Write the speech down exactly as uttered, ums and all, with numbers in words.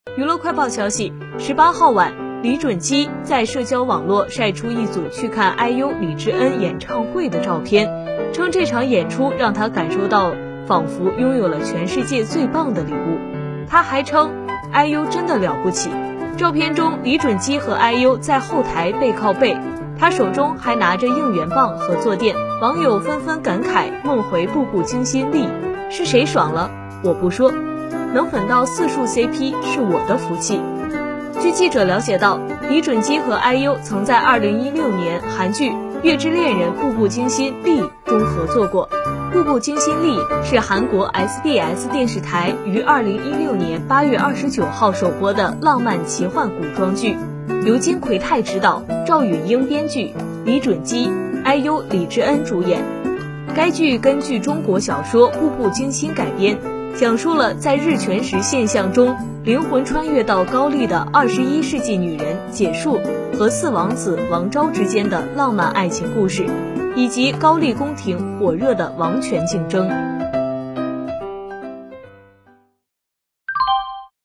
娱乐快报消息，十八号晚，李准基在社交网络晒出一组去看 I U 李智恩演唱会的照片，称这场演出让他感受到仿佛拥有了全世界最棒的礼物。他还称 I U 真的了不起。照片中，李准基和 I U 在后台背靠背，他手中还拿着应援棒和坐垫。网友纷纷感慨梦回步步惊心力，是谁爽了？我不说，能粉到四树 C P 是我的福气。据记者了解到，李准基和 I U 曾在二零一六年韩剧《月之恋人步步惊心力》中合作过。步步惊心力是韩国 S B S 电视台于二零一六年八月二十九号首播的浪漫奇幻古装剧，由金奎泰执导，赵允英编剧，李准基、I U 李智恩主演。该剧根据中国小说《步步惊心》改编，讲述了在日全食现象中灵魂穿越到高丽的二十一世纪女人解数和四王子王昭之间的浪漫爱情故事，以及高丽宫廷火热的王权竞争。